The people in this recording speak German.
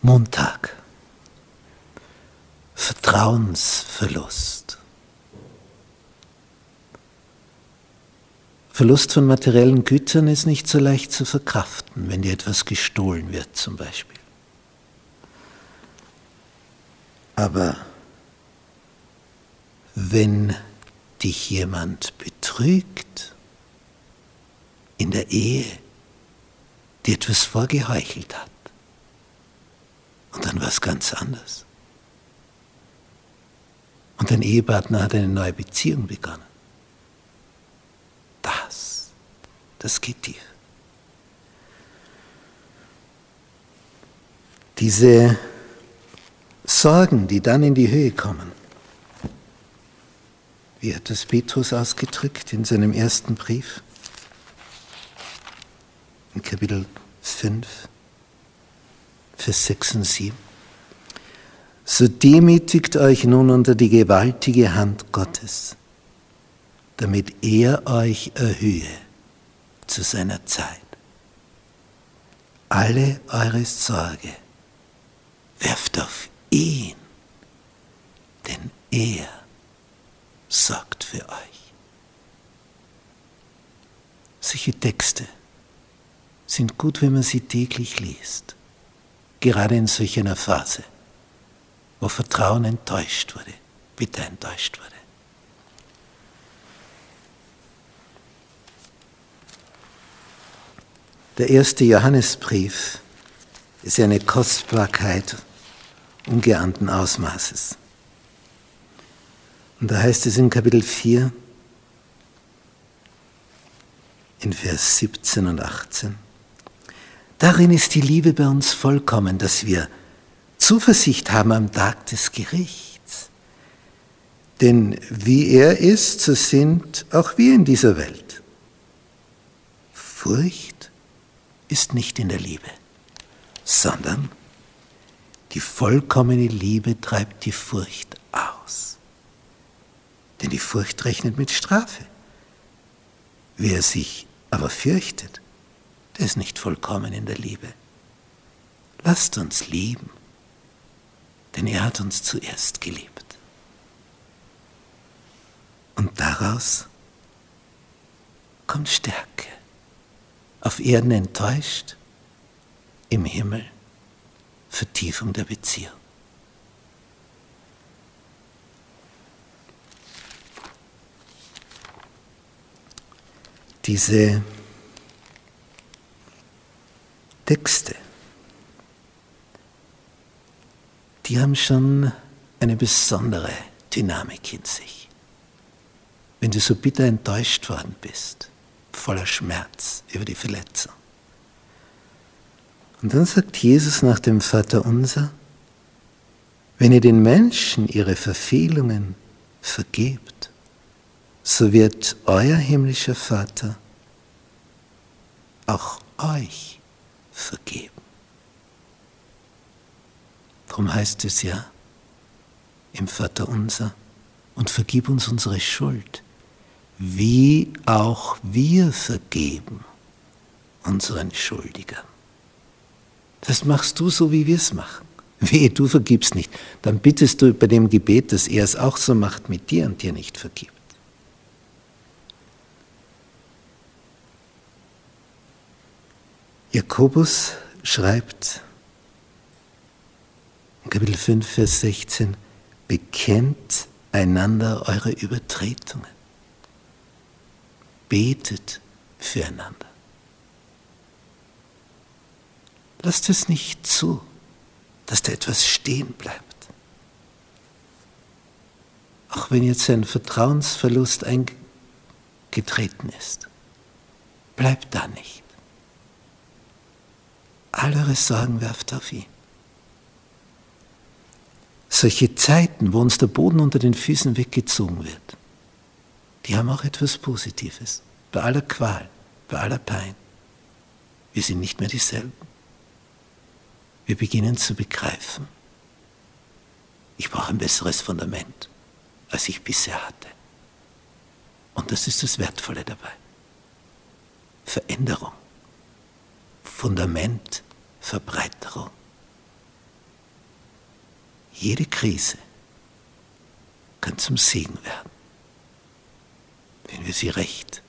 Montag. Vertrauensverlust. Verlust von materiellen Gütern ist nicht so leicht zu verkraften, wenn dir etwas gestohlen wird zum Beispiel. Aber wenn dich jemand betrügt in der Ehe, dir etwas vorgeheuchelt hat, und dann war es ganz anders. Und dein Ehepartner hat eine neue Beziehung begonnen. Das geht tief. Diese Sorgen, die dann in die Höhe kommen, wie hat das Petrus ausgedrückt in seinem ersten Brief? In Kapitel 5, Vers 6 und 7. So demütigt euch nun unter die gewaltige Hand Gottes, damit er euch erhöhe zu seiner Zeit. Alle eure Sorge werft auf ihn, denn er sorgt für euch. Solche Texte sind gut, wenn man sie täglich liest, gerade in solch einer Phase, wo Vertrauen enttäuscht wurde, bitter enttäuscht wurde. Der erste Johannesbrief ist eine Kostbarkeit ungeahnten Ausmaßes. Und da heißt es in Kapitel 4, in Vers 17 und 18, darin ist die Liebe bei uns vollkommen, dass wir Zuversicht haben am Tag des Gerichts. Denn wie er ist, so sind auch wir in dieser Welt. Furcht ist nicht in der Liebe, sondern die vollkommene Liebe treibt die Furcht aus. Denn die Furcht rechnet mit Strafe. Wer sich aber fürchtet, der ist nicht vollkommen in der Liebe. Lasst uns lieben, denn er hat uns zuerst geliebt. Und daraus kommt Stärke. Auf Erden enttäuscht, im Himmel Vertiefung der Beziehung. Diese Texte, die haben schon eine besondere Dynamik in sich. Wenn du so bitter enttäuscht worden bist, voller Schmerz über die Verletzung. Und dann sagt Jesus nach dem Vaterunser, wenn ihr den Menschen ihre Verfehlungen vergebt, so wird euer himmlischer Vater auch euch vergeben. Darum heißt es ja im Vaterunser, und vergib uns unsere Schuld, wie auch wir vergeben unseren Schuldigern. Das machst du so, wie wir es machen. Wehe, du vergibst nicht. Dann bittest du bei dem Gebet, dass er es auch so macht mit dir und dir nicht vergibt. Jakobus schreibt in Kapitel 5, Vers 16, bekennt einander eure Übertretungen. Betet füreinander. Lasst es nicht zu, dass da etwas stehen bleibt. Auch wenn jetzt ein Vertrauensverlust eingetreten ist, bleibt da nicht. All eure Sorgen werft auf ihn. Solche Zeiten, wo uns der Boden unter den Füßen weggezogen wird, die haben auch etwas Positives. Bei aller Qual, bei aller Pein. Wir sind nicht mehr dieselben. Wir beginnen zu begreifen, ich brauche ein besseres Fundament, als ich bisher hatte. Und das ist das Wertvolle dabei. Veränderung, Fundament, Verbreiterung. Jede Krise kann zum Segen werden, wenn wir sie recht